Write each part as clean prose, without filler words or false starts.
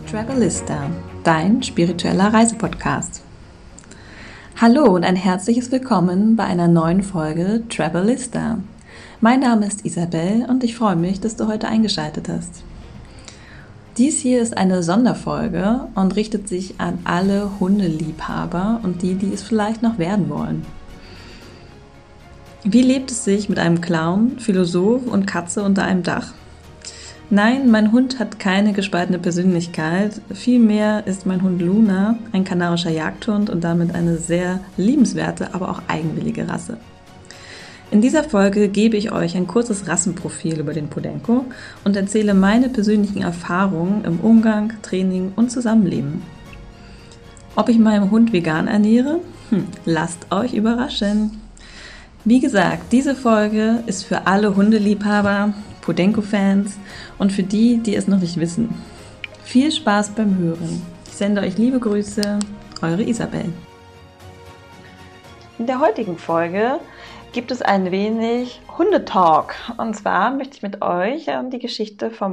Travelista, dein spiritueller Reisepodcast. Hallo und ein herzliches Willkommen bei einer neuen Folge Travelista. Mein Name ist Isabel und ich freue mich, dass du heute eingeschaltet hast. Dies hier ist eine Sonderfolge und richtet sich an alle Hundeliebhaber und die es vielleicht noch werden wollen. Wie lebt es sich mit einem Clown, Philosoph und Katze unter einem Dach? Nein, mein Hund hat keine gespaltene Persönlichkeit. Vielmehr ist mein Hund Luna ein kanarischer Jagdhund und damit eine sehr liebenswerte, aber auch eigenwillige Rasse. In dieser Folge gebe ich euch ein kurzes Rassenprofil über den Podenco und erzähle meine persönlichen Erfahrungen im Umgang, Training und Zusammenleben. Ob ich meinen Hund vegan ernähre? Lasst euch überraschen. Wie gesagt, diese Folge ist für alle Hundeliebhaber, Podenco-Fans und für die es noch nicht wissen. Viel Spaß beim Hören. Ich sende euch liebe Grüße, eure Isabel. In der heutigen Folge gibt es ein wenig Hundetalk. Und zwar möchte ich mit euch die Geschichte von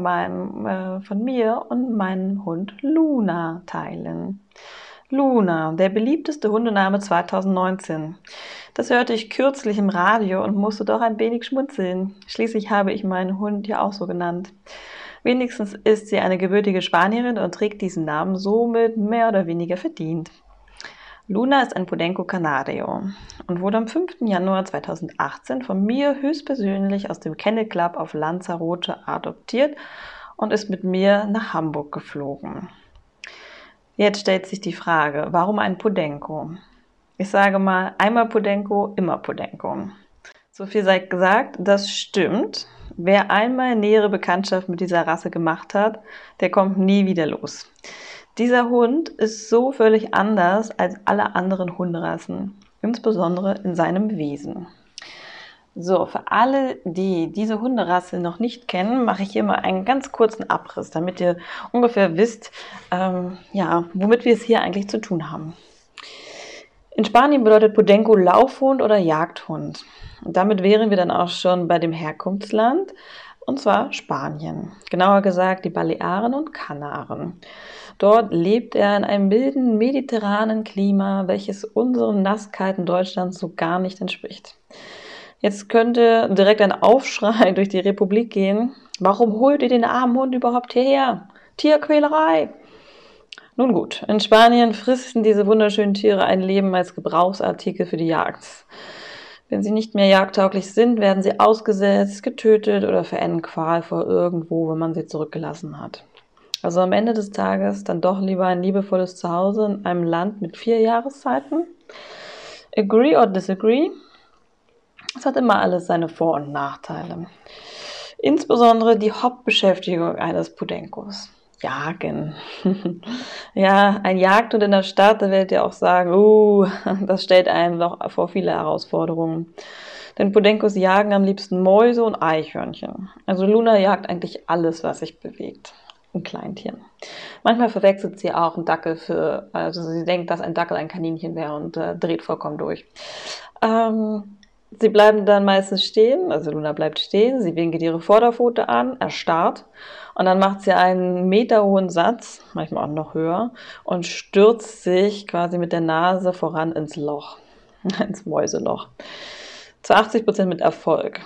mir und meinem Hund Luna teilen. Luna, der beliebteste Hundename 2019. Das hörte ich kürzlich im Radio und musste doch ein wenig schmunzeln. Schließlich habe ich meinen Hund ja auch so genannt. Wenigstens ist sie eine gebürtige Spanierin und trägt diesen Namen somit mehr oder weniger verdient. Luna ist ein Podenco Canario und wurde am 5. Januar 2018 von mir höchstpersönlich aus dem Kennel Club auf Lanzarote adoptiert und ist mit mir nach Hamburg geflogen. Jetzt stellt sich die Frage, warum ein Podenco? Ich sage mal, einmal Podenco, immer Podenco. So viel sei gesagt, das stimmt. Wer einmal nähere Bekanntschaft mit dieser Rasse gemacht hat, der kommt nie wieder los. Dieser Hund ist so völlig anders als alle anderen Hunderassen, insbesondere in seinem Wesen. So, für alle, die diese Hunderasse noch nicht kennen, mache ich hier mal einen ganz kurzen Abriss, damit ihr ungefähr wisst, womit wir es hier eigentlich zu tun haben. In Spanien bedeutet Podenco Laufhund oder Jagdhund. Und damit wären wir dann auch schon bei dem Herkunftsland, und zwar Spanien. Genauer gesagt die Balearen und Kanaren. Dort lebt er in einem milden, mediterranen Klima, welches unseren Nasskalten Deutschlands so gar nicht entspricht. Jetzt könnte direkt ein Aufschrei durch die Republik gehen. Warum holt ihr den armen Hund überhaupt hierher? Tierquälerei! Nun gut, in Spanien fristen diese wunderschönen Tiere ein Leben als Gebrauchsartikel für die Jagd. Wenn sie nicht mehr jagdtauglich sind, werden sie ausgesetzt, getötet oder verenden qualvoll irgendwo, wenn man sie zurückgelassen hat. Also am Ende des Tages dann doch lieber ein liebevolles Zuhause in einem Land mit 4 Jahreszeiten. Agree or disagree? Es hat immer alles seine Vor- und Nachteile. Insbesondere die Hauptbeschäftigung eines Podencos. Jagen. Ja, ein Jagdhund in der Stadt, da werdet ihr auch sagen, das stellt einen doch vor viele Herausforderungen. Denn Podencos jagen am liebsten Mäuse und Eichhörnchen. Also Luna jagt eigentlich alles, was sich bewegt. Und Kleintieren. Manchmal verwechselt sie auch einen Dackel also sie denkt, dass ein Dackel ein Kaninchen wäre und dreht vollkommen durch. Sie bleiben dann meistens stehen, also Luna bleibt stehen, sie winkelt ihre Vorderpfote an, erstarrt und dann macht sie einen meterhohen Satz, manchmal auch noch höher, und stürzt sich quasi mit der Nase voran ins Loch, ins Mäuseloch. Zu 80% mit Erfolg.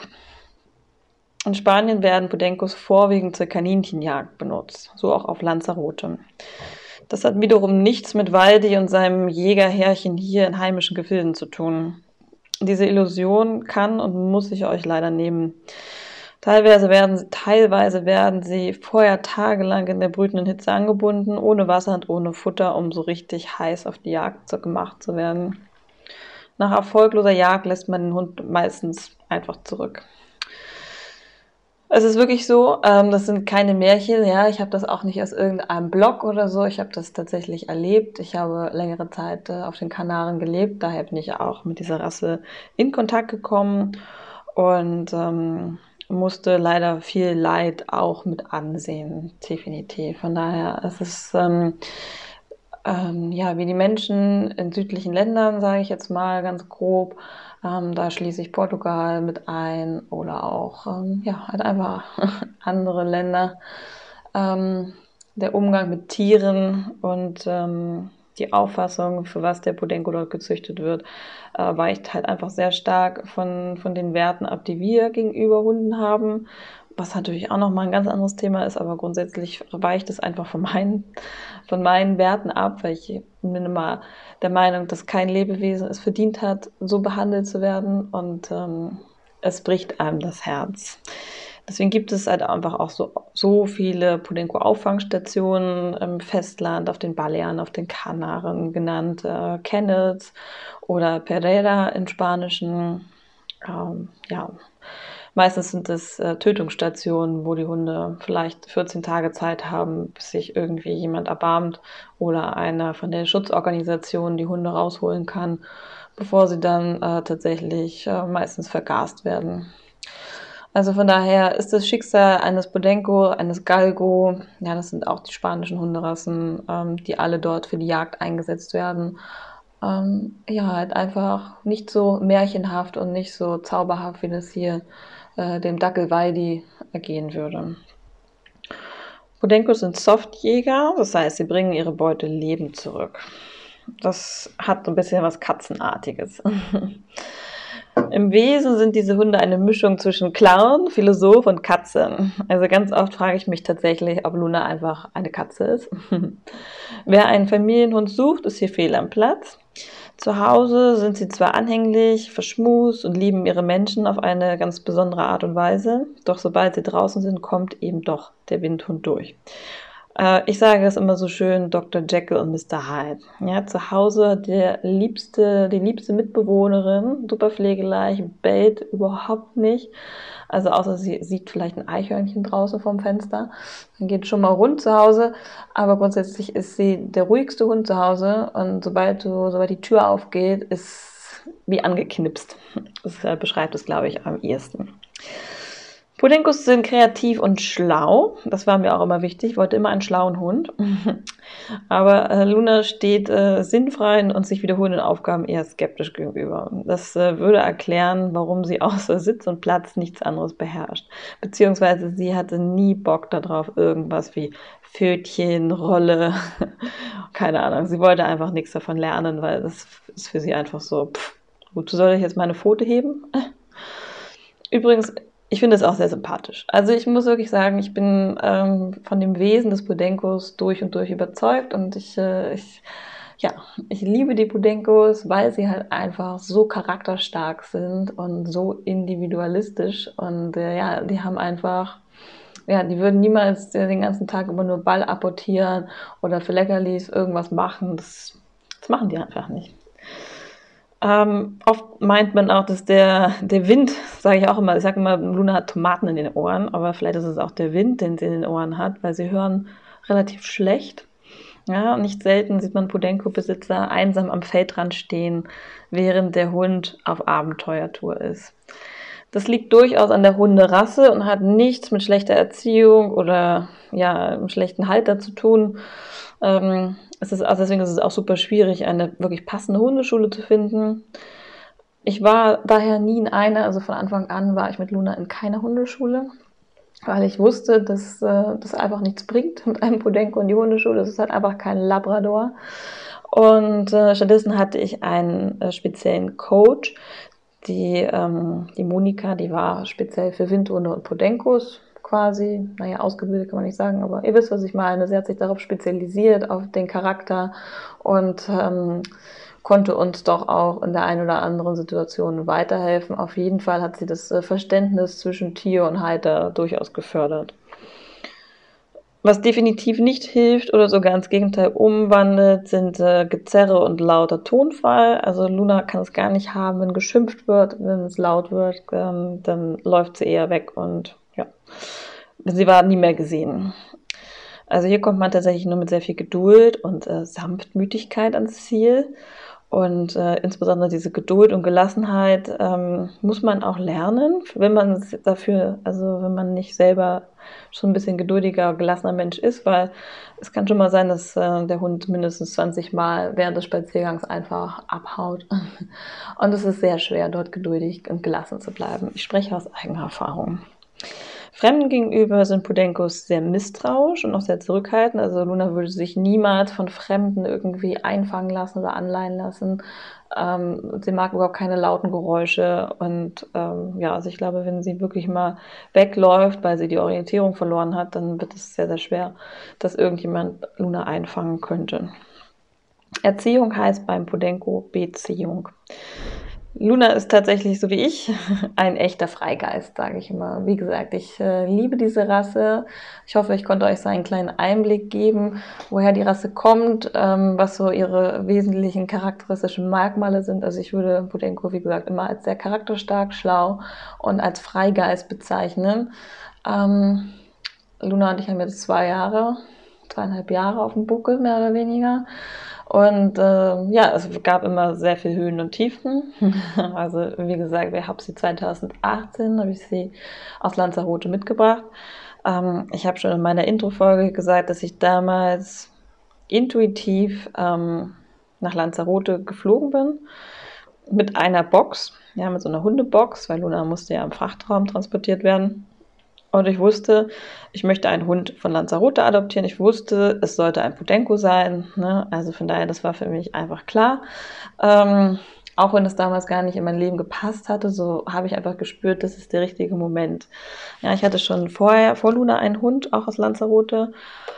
In Spanien werden Podencos vorwiegend zur Kaninchenjagd benutzt, so auch auf Lanzarote. Das hat wiederum nichts mit Waldi und seinem Jägerherrchen hier in heimischen Gefilden zu tun. Diese Illusion kann und muss ich euch leider nehmen. Teilweise werden sie vorher tagelang in der brütenden Hitze angebunden, ohne Wasser und ohne Futter, um so richtig heiß auf die Jagd gemacht zu werden. Nach erfolgloser Jagd lässt man den Hund meistens einfach zurück. Es ist wirklich so, das sind keine Märchen, ja, ich habe das auch nicht aus irgendeinem Blog oder so, ich habe das tatsächlich erlebt. Ich habe längere Zeit auf den Kanaren gelebt, daher bin ich auch mit dieser Rasse in Kontakt gekommen und musste leider viel Leid auch mit ansehen, definitiv. Von daher, es ist wie die Menschen in südlichen Ländern, sage ich jetzt mal ganz grob, da schließe ich Portugal mit ein oder auch halt einfach andere Länder. der Umgang mit Tieren und die Auffassung, für was der Podenco dort gezüchtet wird, weicht halt einfach sehr stark von den Werten ab, die wir gegenüber Hunden haben. Was natürlich auch nochmal ein ganz anderes Thema ist, aber grundsätzlich weicht es einfach von meinen Werten ab, weil ich bin immer der Meinung, dass kein Lebewesen es verdient hat, so behandelt zu werden, und es bricht einem das Herz. Deswegen gibt es halt einfach auch so viele Podenco-Auffangstationen im Festland, auf den Balearen, auf den Kanaren genannt, Kennels oder Pereira im Spanischen. Ja, meistens sind es Tötungsstationen, wo die Hunde vielleicht 14 Tage Zeit haben, bis sich irgendwie jemand erbarmt oder einer von der Schutzorganisation die Hunde rausholen kann, bevor sie dann tatsächlich meistens vergast werden. Also von daher ist das Schicksal eines Podenco, eines Galgo, ja, das sind auch die spanischen Hunderassen, die alle dort für die Jagd eingesetzt werden, ja, halt einfach nicht so märchenhaft und nicht so zauberhaft, wie das hier dem Dackelweidi ergehen würde. Podencos sind Softjäger, das heißt, sie bringen ihre Beute lebend zurück. Das hat so ein bisschen was Katzenartiges. Im Wesen sind diese Hunde eine Mischung zwischen Clown, Philosoph und Katze. Also ganz oft frage ich mich tatsächlich, ob Luna einfach eine Katze ist. Wer einen Familienhund sucht, ist hier fehl am Platz. Zu Hause sind sie zwar anhänglich, verschmust und lieben ihre Menschen auf eine ganz besondere Art und Weise, doch sobald sie draußen sind, kommt eben doch der Windhund durch. Ich sage es immer so schön, Dr. Jekyll und Mr. Hyde. Ja, zu Hause die liebste Mitbewohnerin, super pflegeleicht, bellt überhaupt nicht. Also außer sie sieht vielleicht ein Eichhörnchen draußen vom Fenster, dann geht schon mal rund zu Hause. Aber grundsätzlich ist sie der ruhigste Hund zu Hause, und sobald die Tür aufgeht, ist wie angeknipst. Das beschreibt es, glaube ich, am ehesten. Podencos sind kreativ und schlau. Das war mir auch immer wichtig. Ich wollte immer einen schlauen Hund. Aber Luna steht sinnfreien und sich wiederholenden Aufgaben eher skeptisch gegenüber. Das würde erklären, warum sie außer Sitz und Platz nichts anderes beherrscht. Beziehungsweise sie hatte nie Bock darauf, irgendwas wie Pfötchen, Rolle, keine Ahnung. Sie wollte einfach nichts davon lernen, weil das ist für sie einfach so, wozu soll ich jetzt meine Pfote heben? Übrigens, ich finde es auch sehr sympathisch. Also ich muss wirklich sagen, ich bin von dem Wesen des Podencos durch und durch überzeugt, und ich liebe die Podencos, weil sie halt einfach so charakterstark sind und so individualistisch, und die haben einfach, die würden niemals den ganzen Tag immer nur Ball apportieren oder für Leckerlis irgendwas machen. Das machen die einfach nicht. Oft meint man auch, dass der Wind, sage ich auch immer, ich sage immer, Luna hat Tomaten in den Ohren, aber vielleicht ist es auch der Wind, den sie in den Ohren hat, weil sie hören relativ schlecht. Ja, und nicht selten sieht man Podenco-Besitzer einsam am Feldrand stehen, während der Hund auf Abenteuertour ist. Das liegt durchaus an der Hunderasse und hat nichts mit schlechter Erziehung oder einem schlechten Halter zu tun. Deswegen ist es auch super schwierig, eine wirklich passende Hundeschule zu finden. Ich war daher nie in einer, also von Anfang an war ich mit Luna in keiner Hundeschule, weil ich wusste, dass das einfach nichts bringt mit einem Podenco in die Hundeschule. Das ist halt einfach kein Labrador. Und stattdessen hatte ich einen speziellen Coach. Die Monika, die war speziell für Windhunde und Podencos quasi, ausgebildet kann man nicht sagen, aber ihr wisst, was ich meine. Sie hat sich darauf spezialisiert, auf den Charakter, und konnte uns doch auch in der einen oder anderen Situation weiterhelfen. Auf jeden Fall hat sie das Verständnis zwischen Tier und Halter durchaus gefördert. Was definitiv nicht hilft oder sogar ins Gegenteil umwandelt, sind Gezerre und lauter Tonfall. Also Luna kann es gar nicht haben, wenn geschimpft wird, wenn es laut wird, dann läuft sie eher weg, und sie war nie mehr gesehen. Also hier kommt man tatsächlich nur mit sehr viel Geduld und Sanftmütigkeit ans Ziel. Und insbesondere diese Geduld und Gelassenheit muss man auch lernen, wenn man nicht selber schon ein bisschen geduldiger, gelassener Mensch ist, weil es kann schon mal sein, dass der Hund mindestens 20 Mal während des Spaziergangs einfach abhaut. Und es ist sehr schwer, dort geduldig und gelassen zu bleiben. Ich spreche aus eigener Erfahrung. Fremden gegenüber sind Podencos sehr misstrauisch und auch sehr zurückhaltend. Also Luna würde sich niemals von Fremden irgendwie einfangen lassen oder anleihen lassen. Sie mag überhaupt keine lauten Geräusche und ja, also ich glaube, wenn sie wirklich mal wegläuft, weil sie die Orientierung verloren hat, dann wird es sehr, sehr schwer, dass irgendjemand Luna einfangen könnte. Erziehung heißt beim Podenco Beziehung. Luna ist tatsächlich, so wie ich, ein echter Freigeist, sage ich immer. Wie gesagt, ich liebe diese Rasse. Ich hoffe, ich konnte euch so einen kleinen Einblick geben, woher die Rasse kommt, was so ihre wesentlichen charakteristischen Merkmale sind. Also ich würde Podenco, wie gesagt, immer als sehr charakterstark, schlau und als Freigeist bezeichnen. Luna und ich haben jetzt 2,5 Jahre auf dem Buckel, mehr oder weniger. Und ja, es gab immer sehr viel Höhen und Tiefen. Also wie gesagt, ich habe sie 2018, habe ich sie aus Lanzarote mitgebracht. Ich habe schon in meiner Intro-Folge gesagt, dass ich damals intuitiv nach Lanzarote geflogen bin mit einer Box, ja, mit so einer Hundebox, weil Luna musste ja im Frachtraum transportiert werden. Und ich wusste, ich möchte einen Hund von Lanzarote adoptieren. Ich wusste, es sollte ein Podenco sein. Ne? Also von daher, das war für mich einfach klar. Auch wenn es damals gar nicht in mein Leben gepasst hatte, so habe ich einfach gespürt, das ist der richtige Moment. Ja, ich hatte schon vor Luna einen Hund, auch aus Lanzarote.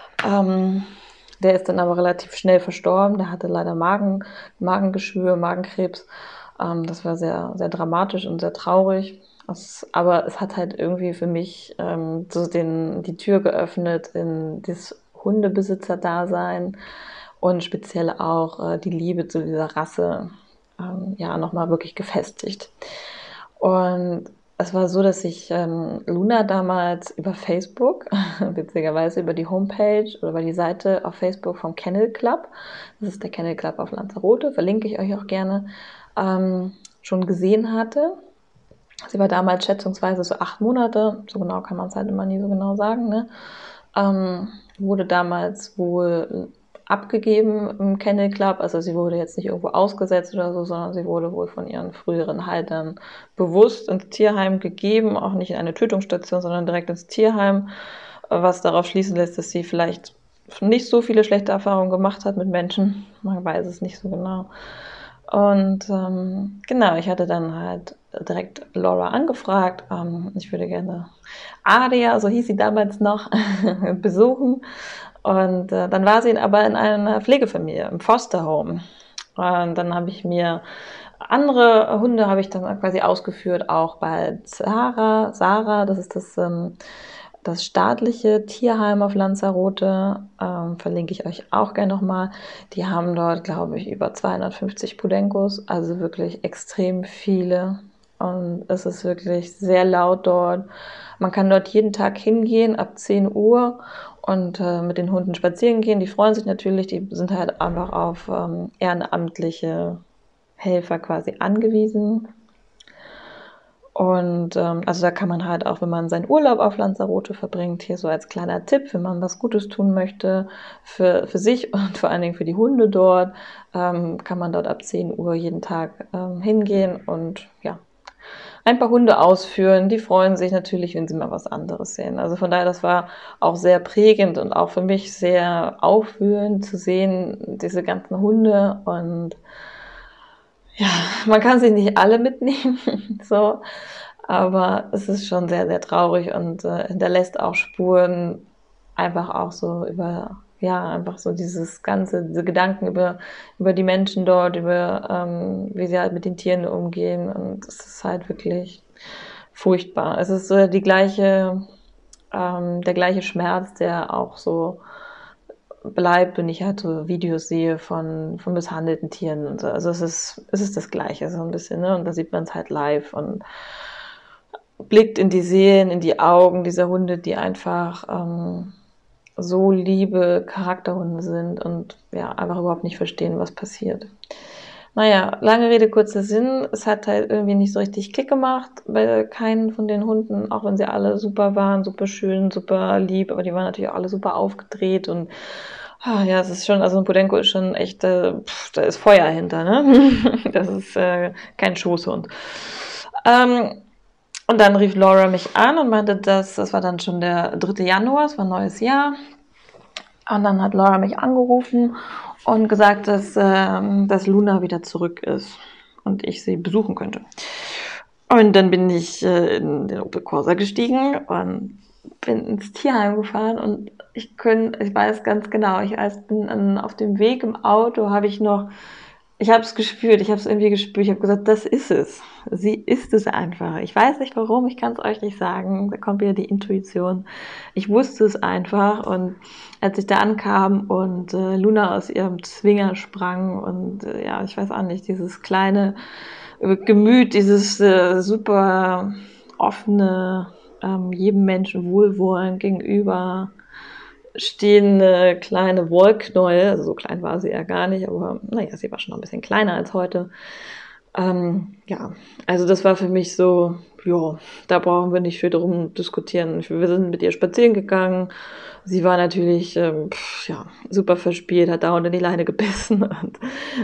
Der ist dann aber relativ schnell verstorben. Der hatte leider Magengeschwür, Magenkrebs. Das war sehr, sehr dramatisch und sehr traurig. Aber es hat halt irgendwie für mich so die Tür geöffnet in dieses Hundebesitzer-Dasein und speziell auch die Liebe zu dieser Rasse ja nochmal wirklich gefestigt. Und es war so, dass ich Luna damals über Facebook, witzigerweise über die Homepage oder über die Seite auf Facebook vom Kennel Club, das ist der Kennel Club auf Lanzarote, verlinke ich euch auch gerne, schon gesehen hatte. Sie war damals schätzungsweise so 8 Monate, so genau kann man es halt immer nie so genau sagen, ne? Wurde damals wohl abgegeben im Kennel Club, also sie wurde jetzt nicht irgendwo ausgesetzt oder so, sondern sie wurde wohl von ihren früheren Haltern bewusst ins Tierheim gegeben, auch nicht in eine Tötungsstation, sondern direkt ins Tierheim, was darauf schließen lässt, dass sie vielleicht nicht so viele schlechte Erfahrungen gemacht hat mit Menschen, man weiß es nicht so genau. Und genau, ich hatte dann halt direkt Laura angefragt, ich würde gerne Aria, so hieß sie damals noch, besuchen. Und dann war sie aber in einer Pflegefamilie, im Fosterhome. Und dann habe ich mir andere Hunde habe ich dann quasi ausgeführt, auch bei Sarah, das ist das staatliche Tierheim auf Lanzarote, verlinke ich euch auch gerne nochmal. Die haben dort, glaube ich, über 250 Podencos, also wirklich extrem viele. Und es ist wirklich sehr laut dort. Man kann dort jeden Tag hingehen ab 10 Uhr und mit den Hunden spazieren gehen. Die freuen sich natürlich, die sind halt einfach auf ehrenamtliche Helfer quasi angewiesen. Und also da kann man halt auch, wenn man seinen Urlaub auf Lanzarote verbringt, hier so als kleiner Tipp, wenn man was Gutes tun möchte für sich und vor allen Dingen für die Hunde dort, kann man dort ab 10 Uhr jeden Tag hingehen und ja, ein paar Hunde ausführen. Die freuen sich natürlich, wenn sie mal was anderes sehen. Also von daher, das war auch sehr prägend und auch für mich sehr aufwühlend zu sehen, diese ganzen Hunde. Und ja, man kann sie nicht alle mitnehmen, so, aber es ist schon sehr, sehr traurig und hinterlässt auch Spuren, einfach auch so über, ja, einfach so diese Gedanken über die Menschen dort, über wie sie halt mit den Tieren umgehen, und es ist halt wirklich furchtbar. Es ist der gleiche Schmerz, der auch so bleibt, wenn ich halt so Videos sehe von misshandelten Tieren und so. Also es ist das Gleiche so ein bisschen, ne? Und da sieht man es halt live und blickt in die Seelen, in die Augen dieser Hunde, die einfach so liebe Charakterhunde sind und ja, einfach überhaupt nicht verstehen, was passiert. Naja, lange Rede, kurzer Sinn. Es hat halt irgendwie nicht so richtig Klick gemacht bei keinen von den Hunden, auch wenn sie alle super waren, super schön, super lieb, aber die waren natürlich auch alle super aufgedreht und ja, es ist schon, also ein Podenco ist schon echt, da ist Feuer hinter, ne? Das ist kein Schoßhund. Und dann rief Laura mich an und meinte, das war dann schon der 3. Januar, es war ein neues Jahr. Und dann hat Laura mich angerufen und gesagt, dass Luna wieder zurück ist und ich sie besuchen könnte. Und dann bin ich in den Opel Corsa gestiegen und bin ins Tierheim gefahren und ich weiß ganz genau, bin auf dem Weg im Auto, ich habe es gespürt, ich habe es irgendwie gespürt, ich habe gesagt, das ist es. Sie ist es einfach. Ich weiß nicht warum, ich kann es euch nicht sagen. Da kommt wieder die Intuition. Ich wusste es einfach und als ich da ankam und Luna aus ihrem Zwinger sprang und ja, ich weiß auch nicht, dieses kleine Gemüt, dieses super offene, jedem Menschen wohlwollend gegenüber stehende kleine Wollknäuel, also so klein war sie ja gar nicht, aber naja, sie war schon noch ein bisschen kleiner als heute. Ja, also das war für mich so, ja, da brauchen wir nicht viel drum diskutieren. Wir sind mit ihr spazieren gegangen. Sie war natürlich ja, super verspielt, hat dauernd in die Leine gebissen und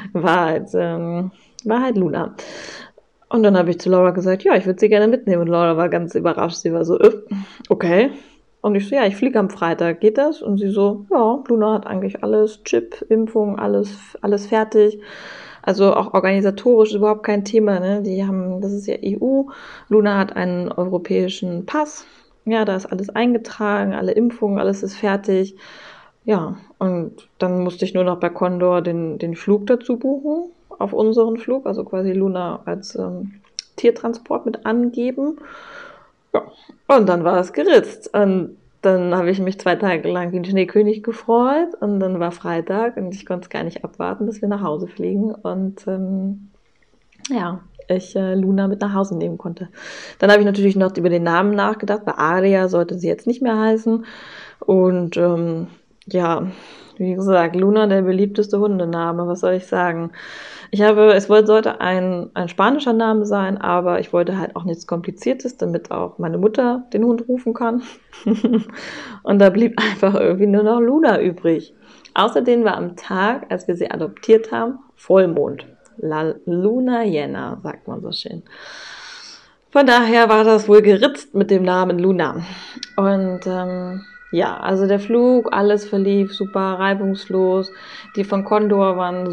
war halt Luna. Und dann habe ich zu Laura gesagt, ja, ich würde sie gerne mitnehmen. Und Laura war ganz überrascht. Sie war so, okay. Und ich so, ja, ich fliege am Freitag, geht das? Und sie so, ja, Luna hat eigentlich alles, Chip, Impfung, alles fertig. Also auch organisatorisch überhaupt kein Thema, ne? Das ist ja EU. Luna hat einen europäischen Pass. Ja, da ist alles eingetragen, alle Impfungen, alles ist fertig. Ja, und dann musste ich nur noch bei Condor den Flug dazu buchen, auf unseren Flug, also quasi Luna als Tiertransport mit angeben. Ja, und dann war es geritzt. Und dann habe ich mich 2 Tage lang wie ein Schneekönig gefreut und dann war Freitag und ich konnte es gar nicht abwarten, dass wir nach Hause fliegen und ja, ich Luna mit nach Hause nehmen konnte. Dann habe ich natürlich noch über den Namen nachgedacht. Bei Aria sollte sie jetzt nicht mehr heißen. Und ja, wie gesagt, Luna, der beliebteste Hundename, was soll ich sagen? Sollte ein spanischer Name sein, aber ich wollte halt auch nichts Kompliziertes, damit auch meine Mutter den Hund rufen kann. Und da blieb einfach irgendwie nur noch Luna übrig. Außerdem war am Tag, als wir sie adoptiert haben, Vollmond. La Luna Llena, sagt man so schön. Von daher war das wohl geritzt mit dem Namen Luna. Und ja, also der Flug, alles verlief super reibungslos. Die von Condor waren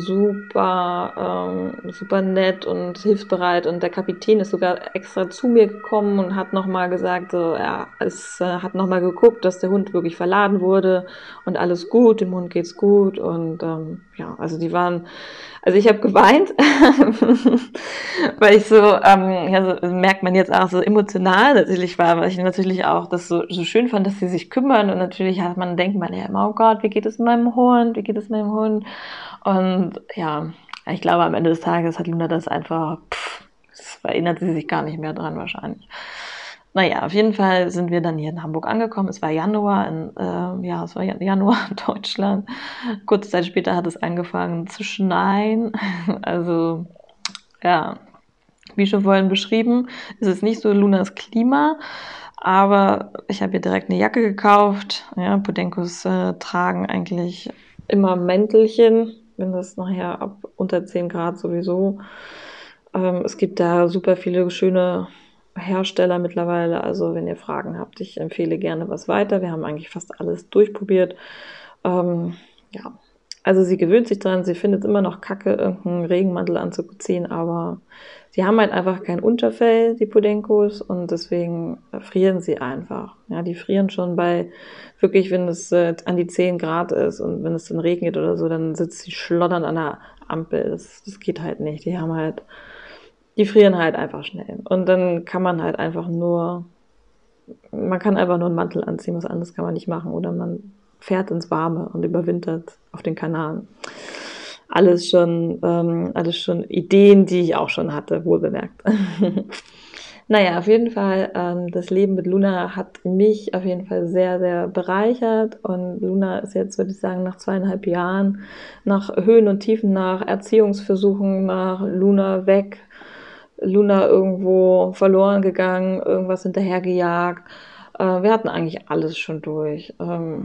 super nett und hilfsbereit. Und der Kapitän ist sogar extra zu mir gekommen und hat nochmal gesagt, hat nochmal geguckt, dass der Hund wirklich verladen wurde und alles gut, dem Hund geht's gut. Und ja, also ich habe geweint, weil ich so, ja, so merkt man jetzt auch so emotional natürlich war, weil ich natürlich auch das so schön fand, dass sie sich kümmern und natürlich denkt man ja immer, oh Gott, wie geht es meinem Hund, und ja, ich glaube am Ende des Tages hat Luna das einfach, das erinnert sie sich gar nicht mehr dran wahrscheinlich. Naja, auf jeden Fall sind wir dann hier in Hamburg angekommen. Es war Januar, es war Januar in Deutschland. Kurze Zeit später hat es angefangen zu schneien. Also, ja, wie schon vorhin beschrieben, ist es nicht so Lunas Klima, aber ich habe ihr direkt eine Jacke gekauft. Ja, Podencos tragen eigentlich immer Mäntelchen, wenn das nachher ab unter 10 Grad sowieso. Es gibt da super viele schöne Hersteller mittlerweile, also wenn ihr Fragen habt, ich empfehle gerne was weiter. Wir haben eigentlich fast alles durchprobiert. Ja, also sie gewöhnt sich dran, sie findet immer noch kacke, irgendeinen Regenmantel anzuziehen, aber sie haben halt einfach kein Unterfell, die Podencos, und deswegen frieren sie einfach. Ja, die frieren schon wirklich, wenn es an die 10 Grad ist und wenn es dann regnet oder so, dann sitzt sie schlotternd an der Ampel. Das geht halt nicht. Die frieren halt einfach schnell. Und dann kann man halt man kann einfach nur einen Mantel anziehen, was anderes kann man nicht machen. Oder man fährt ins Warme und überwintert auf den Kanaren. Alles schon Ideen, die ich auch schon hatte, wohlbemerkt. Naja, auf jeden Fall, das Leben mit Luna hat mich auf jeden Fall sehr, sehr bereichert. Und Luna ist jetzt, würde ich sagen, nach 2,5 Jahren, nach Höhen und Tiefen, nach Erziehungsversuchen, nach Luna weg, Luna irgendwo verloren gegangen, irgendwas hinterhergejagt. Wir hatten eigentlich alles schon durch.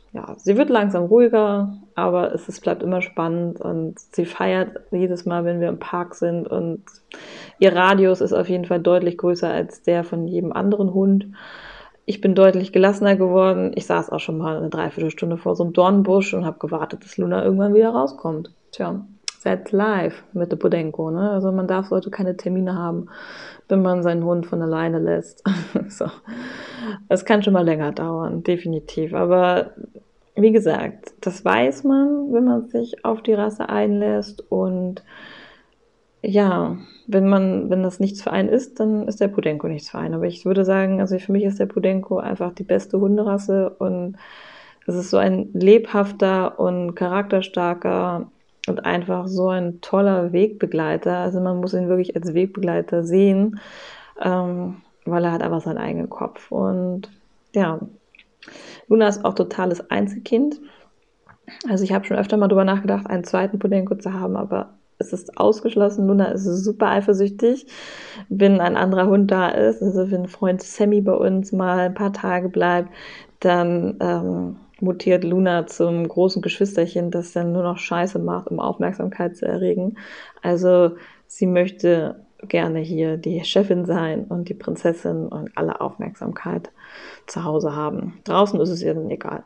ja, sie wird langsam ruhiger, aber bleibt immer spannend und sie feiert jedes Mal, wenn wir im Park sind, und ihr Radius ist auf jeden Fall deutlich größer als der von jedem anderen Hund. Ich bin deutlich gelassener geworden. Ich saß auch schon mal eine Dreiviertelstunde vor so einem Dornbusch und habe gewartet, dass Luna irgendwann wieder rauskommt. Tja, that's live mit der Podenco, ne? Also man sollte keine Termine haben, wenn man seinen Hund von alleine lässt. So. Es kann schon mal länger dauern, definitiv. Aber wie gesagt, das weiß man, wenn man sich auf die Rasse einlässt. Und ja, wenn das nichts für einen ist, dann ist der Podenco nichts für einen. Aber ich würde sagen, also für mich ist der Podenco einfach die beste Hunderasse, und es ist so ein lebhafter und charakterstarker und einfach so ein toller Wegbegleiter. Also man muss ihn wirklich als Wegbegleiter sehen, weil er hat einfach seinen eigenen Kopf. Und ja, Luna ist auch totales Einzelkind. Also ich habe schon öfter mal drüber nachgedacht, einen zweiten Podenco zu haben, aber es ist ausgeschlossen. Luna ist super eifersüchtig, wenn ein anderer Hund da ist. Also wenn Freund Sammy bei uns mal ein paar Tage bleibt, dann mutiert Luna zum großen Geschwisterchen, das dann nur noch Scheiße macht, um Aufmerksamkeit zu erregen. Also sie möchte gerne hier die Chefin sein und die Prinzessin und alle Aufmerksamkeit zu Hause haben. Draußen ist es ihr dann egal.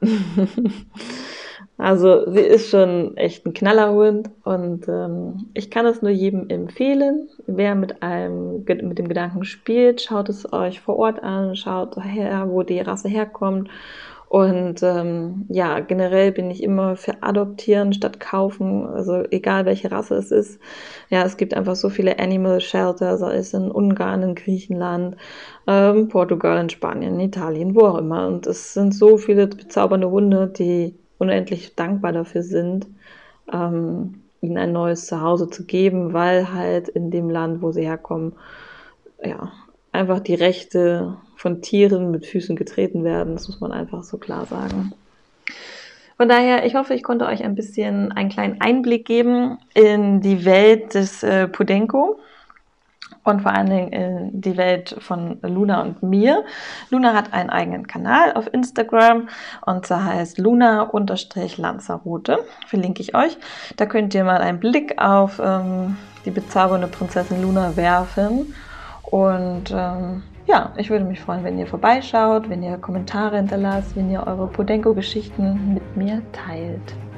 Also sie ist schon echt ein Knallerhund, und ich kann es nur jedem empfehlen. Wer mit dem Gedanken spielt, schaut es euch vor Ort an, schaut her, wo die Rasse herkommt. Und ja, generell bin ich immer für Adoptieren statt Kaufen, also egal welche Rasse es ist. Ja, es gibt einfach so viele Animal Shelter, sei es in Ungarn, in Griechenland, Portugal, in Spanien, in Italien, wo auch immer. Und es sind so viele bezaubernde Hunde, die unendlich dankbar dafür sind, ihnen ein neues Zuhause zu geben, weil halt in dem Land, wo sie herkommen, ja, einfach die Rechte von Tieren mit Füßen getreten werden. Das muss man einfach so klar sagen. Von daher, ich hoffe, ich konnte euch ein bisschen einen kleinen Einblick geben in die Welt des Podenco und vor allen Dingen in die Welt von Luna und mir. Luna hat einen eigenen Kanal auf Instagram, und zwar heißt Luna_Lanzarote. Verlinke ich euch. Da könnt ihr mal einen Blick auf die bezaubernde Prinzessin Luna werfen. Und ja, ich würde mich freuen, wenn ihr vorbeischaut, wenn ihr Kommentare hinterlasst, wenn ihr eure Podenco-Geschichten mit mir teilt.